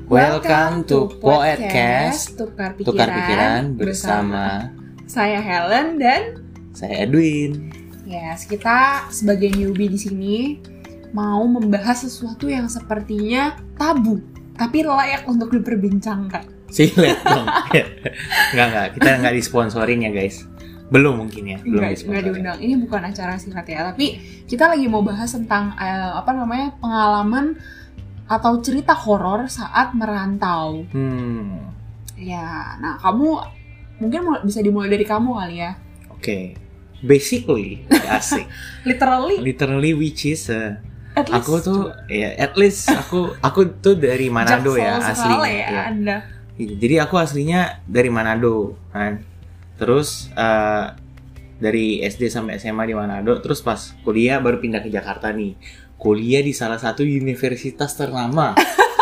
Welcome to Podcast Tukar Pikiran bersama saya Helen dan saya Edwin. ya, kita sebagai newbie di sini mau membahas sesuatu yang sepertinya tabu tapi layak untuk diperbincangkan. Silet dong. Enggak, kita nggak disponsorin ya guys. Belum mungkin ya, belum Nggak diundang. Ini bukan acara silat ya, tapi kita lagi mau bahas tentang pengalaman atau cerita horor saat merantau. Ya, nah kamu mungkin bisa dimulai dari kamu kali ya. Oke. Basically, asik. Literally which is aku tuh ya at least aku tuh dari Manado ya aslinya. Ya, Anda. Jadi aku aslinya dari Manado kan. Terus dari SD sampai SMA di Manado, terus pas kuliah baru pindah ke Jakarta nih. Kuliah di salah satu universitas ternama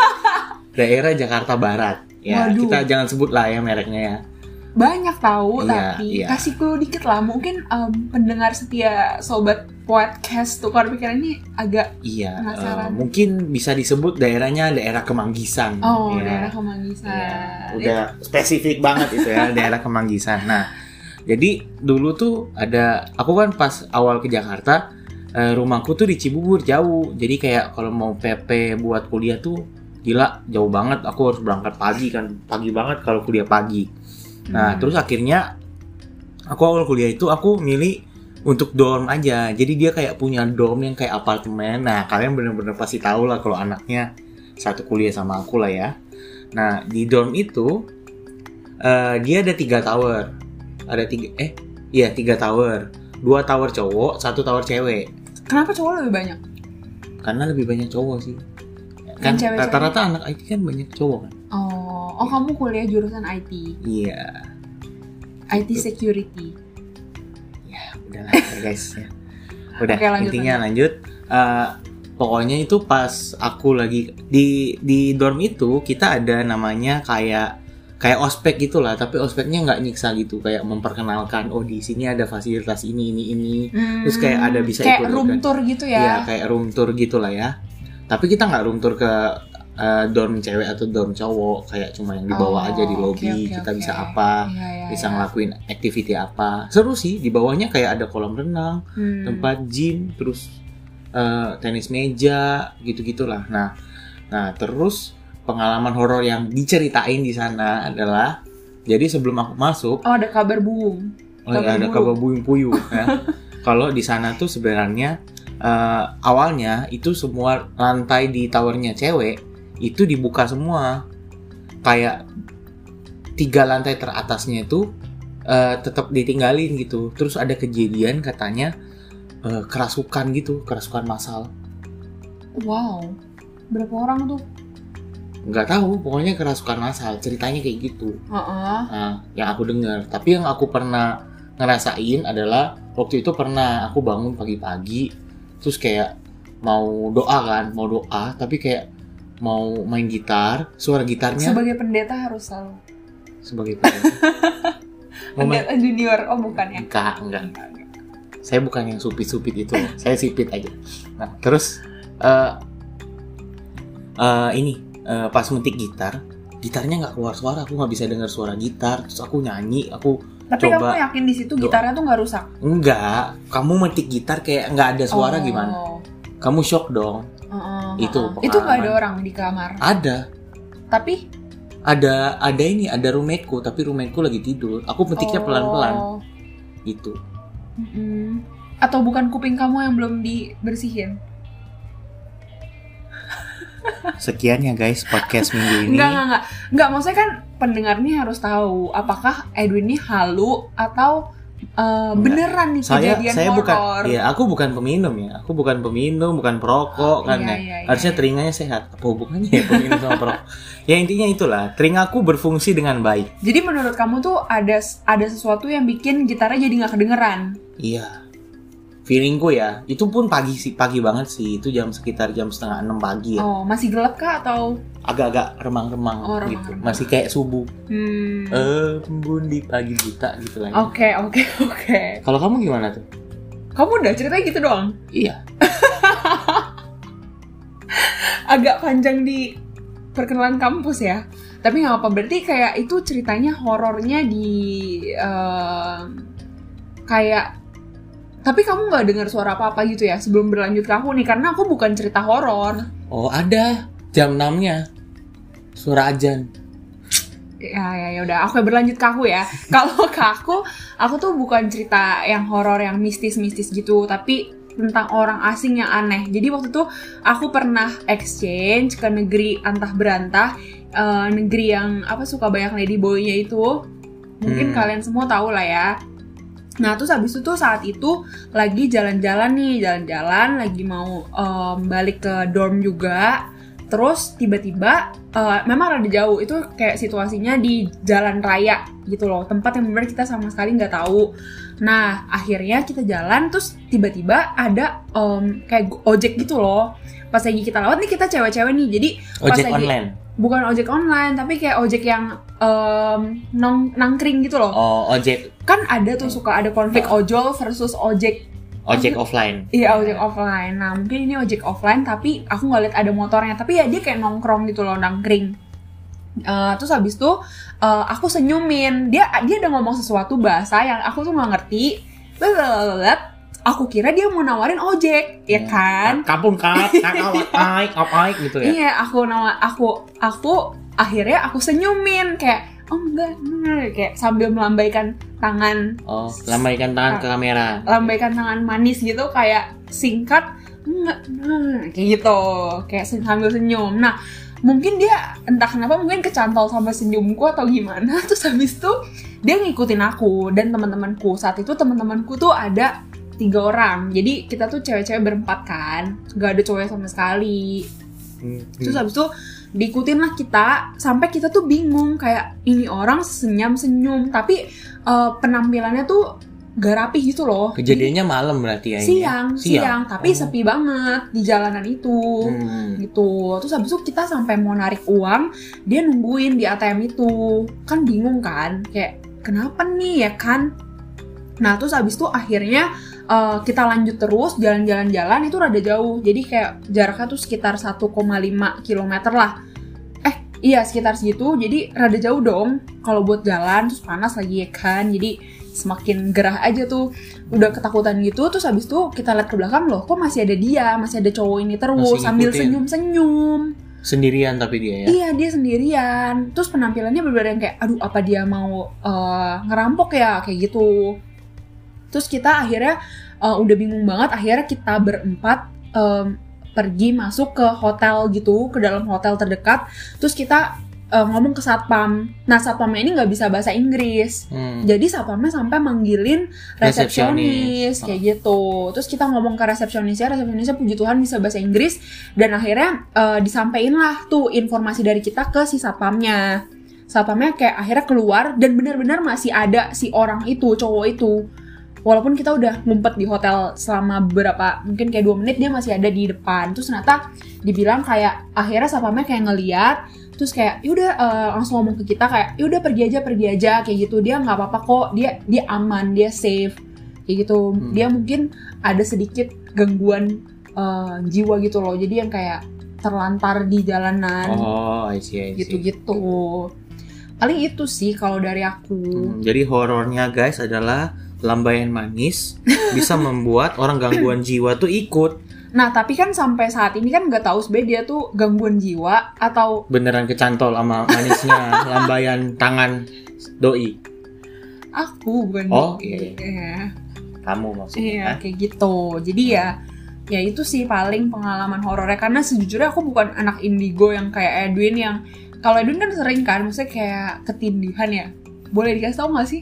daerah Jakarta Barat. Ya, Waduh. kita jangan sebut lah ya mereknya ya. Banyak tahu, Iya, tapi iya. kasih clue dikit lah. Mungkin pendengar setia sobat podcast Tukar Pikiran ini agak Iya, penasaran. mungkin bisa disebut daerahnya daerah Kemanggisan. Oh, ya. daerah Kemanggisan. Ya, udah spesifik banget itu ya daerah Kemanggisan. Nah, jadi dulu tuh aku kan pas awal ke Jakarta, rumahku tuh di Cibubur jauh. Jadi kayak kalau mau PP buat kuliah tuh gila jauh banget. Aku harus berangkat pagi kan, pagi banget kalau kuliah pagi. Nah, terus akhirnya aku awal kuliah itu aku milih untuk dorm aja. Jadi dia kayak punya dorm yang kayak apartemen. Nah, kalian bener-bener pasti tahu lah kalau anaknya satu kuliah sama aku lah ya. Nah, di dorm itu dia ada 3 tower. Ada 3 tower. 2 tower cowok, 1 tower cewek. Kenapa cowok lebih banyak? Karena lebih banyak cowok sih. Kan cewek-cewek? rata-rata anak IT kan banyak cowok kan. Oh, kamu kuliah jurusan IT. Iya. IT security. Ya, udahlah guys ya. Udah, Oke, lanjut. Pokoknya itu pas aku lagi di dorm itu kita ada namanya kayak ospek gitulah, tapi ospeknya nggak nyiksa gitu, kayak memperkenalkan di sini ada fasilitas ini. Terus kayak ada bisa kayak ikut room tour gitu ya. Iya, kayak room tour gitulah ya. Tapi kita nggak room tour ke dorm cewek atau dorm cowok, kayak cuma yang dibawa aja di lobby. Kita bisa apa, bisa ngelakuin activity apa. Seru sih, di bawahnya kayak ada kolam renang, tempat gym, terus tenis meja, gitu-gitulah. Nah, terus pengalaman horor yang diceritain di sana adalah, jadi sebelum aku masuk, ada kabar buung. ada kabar buyung-puyuh ya. Kalau di sana tuh sebenarnya awalnya itu semua lantai di towernya cewek itu dibuka semua, kayak 3 lantai teratasnya itu tetap ditinggalin gitu. Terus ada kejadian katanya kerasukan massal. Wow, berapa orang tuh? Nggak tahu, pokoknya kerasukan massal, ceritanya kayak gitu. Nah, yang aku dengar. Tapi yang aku pernah ngerasain adalah waktu itu pernah aku bangun pagi-pagi, terus kayak mau doa, tapi kayak mau main gitar, suara gitarnya Sebagai pendeta harus selalu. sebagai Pendeta junior, bukan ya? enggak. Saya bukan yang supit-supit itu, saya sipit aja. Nah, terus pas metik gitarnya nggak keluar suara, aku nggak bisa dengar suara gitar. Terus aku nyanyi, Tapi coba. kamu yakin di situ gitarnya tuh nggak rusak? Enggak, kamu metik gitar kayak nggak ada suara gimana? Kamu shock dong. Itu Itu nggak ada pengalaman. orang di kamar. Ada Tapi ada roommateku, tapi roommateku lagi tidur. Aku metiknya pelan-pelan gitu. Atau bukan kuping kamu yang belum dibersihin? Sekian ya guys podcast minggu ini. Enggak, maksudnya kan pendengar nih harus tahu apakah Edwin ini halu atau beneran nih kejadian saya horor. aku bukan peminum ya. Aku bukan peminum, bukan perokok kan ya. Harusnya telinganya sehat. Apa hubungannya ya peminum sama perokok? Ya intinya itulah, telingaku berfungsi dengan baik. Jadi menurut kamu tuh ada sesuatu yang bikin gitarnya jadi nggak kedengeran? Iya. Feelingku ya, itu pun pagi banget sih, itu sekitar jam 5:30 pagi ya. Masih gelap kah atau? Agak-agak remang-remang gitu, masih kayak subuh. Embun di pagi buta gitu lah. Oke. Kalau kamu gimana tuh? Kamu udah ceritanya gitu doang? Iya. Agak panjang di perkenalan kampus ya. Tapi nggak apa, berarti kayak itu ceritanya horornya di kayak, tapi kamu nggak dengar suara apa-apa gitu ya sebelum berlanjut ke aku nih, karena aku bukan cerita horor. Oh ada jam 6-nya suara azan. Ya udah, aku berlanjut ke aku ya. Kalau ke aku tuh bukan cerita yang horor yang mistis-mistis gitu, tapi tentang orang asing yang aneh. Jadi waktu itu aku pernah exchange ke negeri antah berantah, negeri yang suka banyak ladyboy-nya itu. Mungkin kalian semua tahu lah ya. Nah terus habis itu tuh saat itu lagi jalan-jalan lagi mau balik ke dorm juga. Terus tiba-tiba memang rada jauh, itu kayak situasinya di jalan raya gitu loh, tempat yang benar kita sama sekali nggak tahu. Nah akhirnya kita jalan, terus tiba-tiba ada kayak ojek gitu loh. Pas lagi kita lewat nih, kita cewek-cewek nih, jadi ojek online? Bukan ojek online, tapi kayak ojek yang nangkring gitu loh. Oh, ojek. Kan ada tuh suka ada konflik ojol versus ojek offline. Iya, ojek offline. Nah mungkin ini ojek offline, tapi aku nggak lihat ada motornya, tapi ya dia kayak nongkrong gitu loh, nangkring. Terus habis itu aku senyumin, dia udah ngomong sesuatu bahasa yang aku tuh nggak ngerti. Aku kira dia mau nawarin ojek, ya kan? Kampung aik gitu ya. Iya, aku akhirnya aku senyumin kayak oh enggak, kayak sambil melambaikan tangan. Oh, lambaikan tangan ke kamera. Lambaikan tangan manis gitu, kayak singkat enggak, kayak gitu, kayak sambil senyum. Nah, mungkin dia entah kenapa mungkin kecantol sama senyumku atau gimana. Terus habis itu dia ngikutin aku dan teman-temanku. Saat itu teman-temanku tuh ada 3 orang. Jadi kita tuh cewek-cewek berempat kan, nggak ada cowok sama sekali. Terus habis itu diikutin lah kita, sampai kita tuh bingung kayak ini orang senyum-senyum tapi penampilannya tuh gak rapih gitu loh. Kejadiannya malam berarti ya? Siang, tapi sepi banget di jalanan itu gitu. Terus habis itu kita sampai mau narik uang, dia nungguin di ATM itu. Kan bingung kan, kayak kenapa nih ya kan. Nah terus habis itu akhirnya kita lanjut terus jalan-jalan itu rada jauh, jadi kayak jaraknya tuh sekitar 1,5 km lah. Iya sekitar segitu, jadi rada jauh dong kalau buat jalan, terus panas lagi ya kan, jadi semakin gerah aja tuh, udah ketakutan gitu. Terus habis itu kita lihat ke belakang, loh kok masih ada cowok ini terus sambil senyum-senyum. Sendirian tapi dia ya? Iya dia sendirian, terus penampilannya bener-bener yang kayak aduh apa dia mau ngerampok ya, kayak gitu. Terus kita akhirnya udah bingung banget, akhirnya kita berempat pergi masuk ke hotel gitu, ke dalam hotel terdekat. Terus kita ngomong ke satpam. Nah satpamnya ini nggak bisa bahasa Inggris, jadi satpamnya sampai manggilin resepsionis kayak gitu. Terus kita ngomong ke resepsionisnya puji Tuhan bisa bahasa Inggris, dan akhirnya disampaikan lah tuh informasi dari kita ke si satpamnya. Satpamnya kayak akhirnya keluar, dan benar-benar masih ada si orang itu, cowok itu. Walaupun kita udah ngumpet di hotel selama mungkin kayak 2 menit, dia masih ada di depan. Terus ternyata dibilang kayak akhirnya satpamnya kayak ngeliat, terus kayak yaudah langsung ngomong ke kita kayak yaudah pergi aja kayak gitu, dia nggak apa-apa kok, dia aman, dia safe kayak gitu. Dia mungkin ada sedikit gangguan jiwa gitu loh, jadi yang kayak terlantar di jalanan. Oh, I see. Gitu-gitu. Paling itu sih kalau dari aku. Jadi horornya guys adalah lambaian manis bisa membuat orang gangguan jiwa tuh ikut. Nah tapi kan sampai saat ini kan nggak tahu sebenarnya dia tuh gangguan jiwa atau beneran kecantol sama manisnya lambaian tangan doi. Aku bukan. Oh iya. Kamu maksudnya? Iya kayak gitu. Jadi ya itu sih paling pengalaman horornya, karena sejujurnya aku bukan anak indigo yang kayak Edwin, yang kalau Edwin kan sering kan maksudnya kayak ketindihan ya. Boleh dikasih tau nggak sih?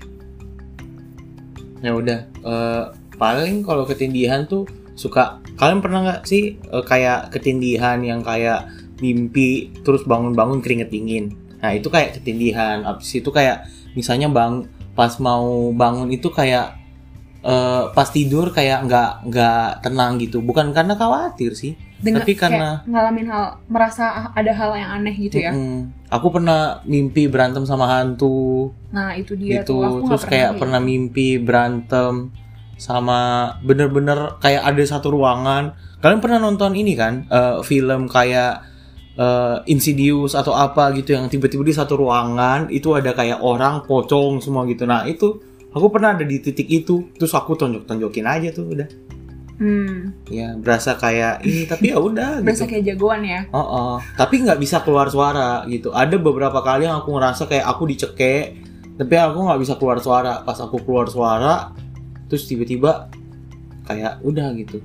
Ya udah, paling kalau ketindihan tuh suka, kalian pernah nggak sih kayak ketindihan yang kayak mimpi terus bangun-bangun keringet dingin? Nah itu kayak ketindihan. Abis itu kayak misalnya pas mau bangun itu kayak pas tidur kayak nggak tenang gitu. Bukan karena khawatir sih, tapi karena ngalamin merasa ada hal yang aneh gitu ya. Aku pernah mimpi berantem sama hantu. Nah itu dia gitu. Tuh. Aku terus kayak pernah mimpi berantem sama bener-bener kayak ada satu ruangan. Kalian pernah nonton ini kan film kayak Insidious atau apa gitu yang tiba-tiba di satu ruangan itu ada kayak orang pocong semua gitu. Nah itu aku pernah ada di titik itu, terus aku tonjokin aja tuh udah. Ya berasa kayak ini tapi ya udah. Berasa gitu. Kayak jagoan ya. Tapi nggak bisa keluar suara gitu. Ada beberapa kali yang aku ngerasa kayak aku dicekek, tapi aku nggak bisa keluar suara. Pas aku keluar suara, terus tiba-tiba kayak udah gitu.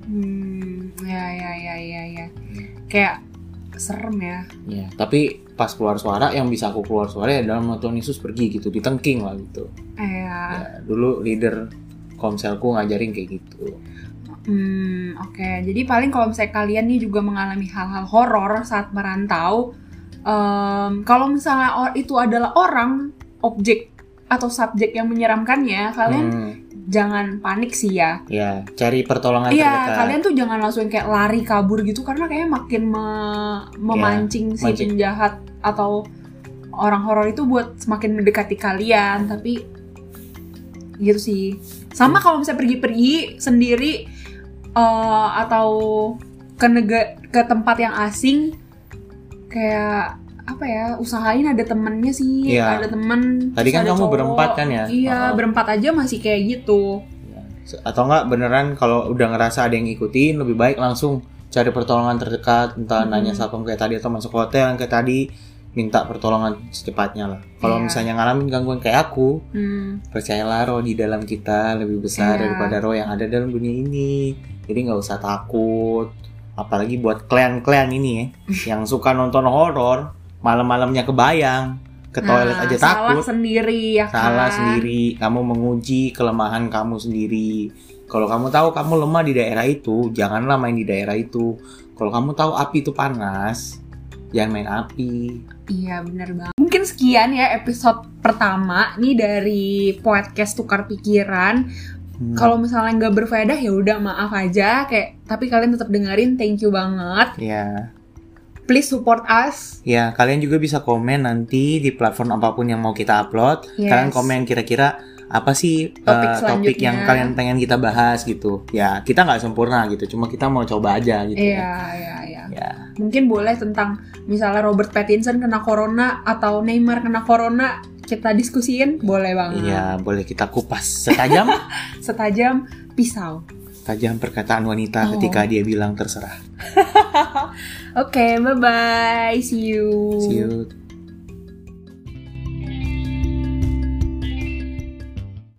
Ya. Kayak serem ya. Ya, tapi pas keluar suara yang bisa aku keluar suara ya dalam Tuhan Yesus pergi gitu, ditengking lah gitu. Ya, dulu leader komselku ngajarin kayak gitu. Oke. Jadi paling kalau misalnya kalian nih juga mengalami hal-hal horor saat merantau, kalau misalnya itu adalah orang, objek atau subjek yang menyeramkannya, kalian jangan panik sih ya. Ya, cari pertolongan terdekat. Iya, kalian tuh jangan langsung kayak lari kabur gitu karena kayak makin memancing si penjahat atau orang horor itu buat semakin mendekati kalian. Tapi gitu sih. Sama kalau misalnya pergi-pergi sendiri atau ke tempat yang asing, kayak apa ya, usahain ada temennya sih. Ada temen. Tadi kan kamu berempat kan ya? Iya, berempat aja masih kayak gitu. Atau enggak beneran kalau udah ngerasa ada yang ngikutin, lebih baik langsung cari pertolongan terdekat, entah nanya satpam kayak tadi atau masuk hotel yang kayak tadi, minta pertolongan secepatnya lah. Kalau misalnya ngalamin gangguan kayak aku, percayalah roh di dalam kita lebih besar daripada roh yang ada dalam dunia ini. Jadi nggak usah takut. Apalagi buat klan-klan ini ya, yang suka nonton horor, malam-malamnya kebayang, ke toilet aja takut. Salah sendiri ya kan? Salah sendiri. Kamu menguji kelemahan kamu sendiri. Kalau kamu tahu kamu lemah di daerah itu, janganlah main di daerah itu. Kalau kamu tahu api itu panas, jangan main api. Iya benar banget. Mungkin sekian ya episode pertama nih dari podcast Tukar Pikiran. Kalau misalnya nggak berfaedah ya udah maaf aja, kayak tapi kalian tetap dengerin, thank you banget. Ya. Please support us. Ya, kalian juga bisa komen nanti di platform apapun yang mau kita upload. Kalian komen kira-kira apa sih topik yang kalian pengen kita bahas gitu. Ya, kita nggak sempurna gitu, cuma kita mau coba aja gitu. Iya. Mungkin boleh tentang misalnya Robert Pattinson kena corona atau Neymar kena corona, kita diskusiin, boleh banget. Iya, boleh kita kupas setajam pisau. Tajam perkataan wanita ketika dia bilang terserah. Oke, bye-bye. See you.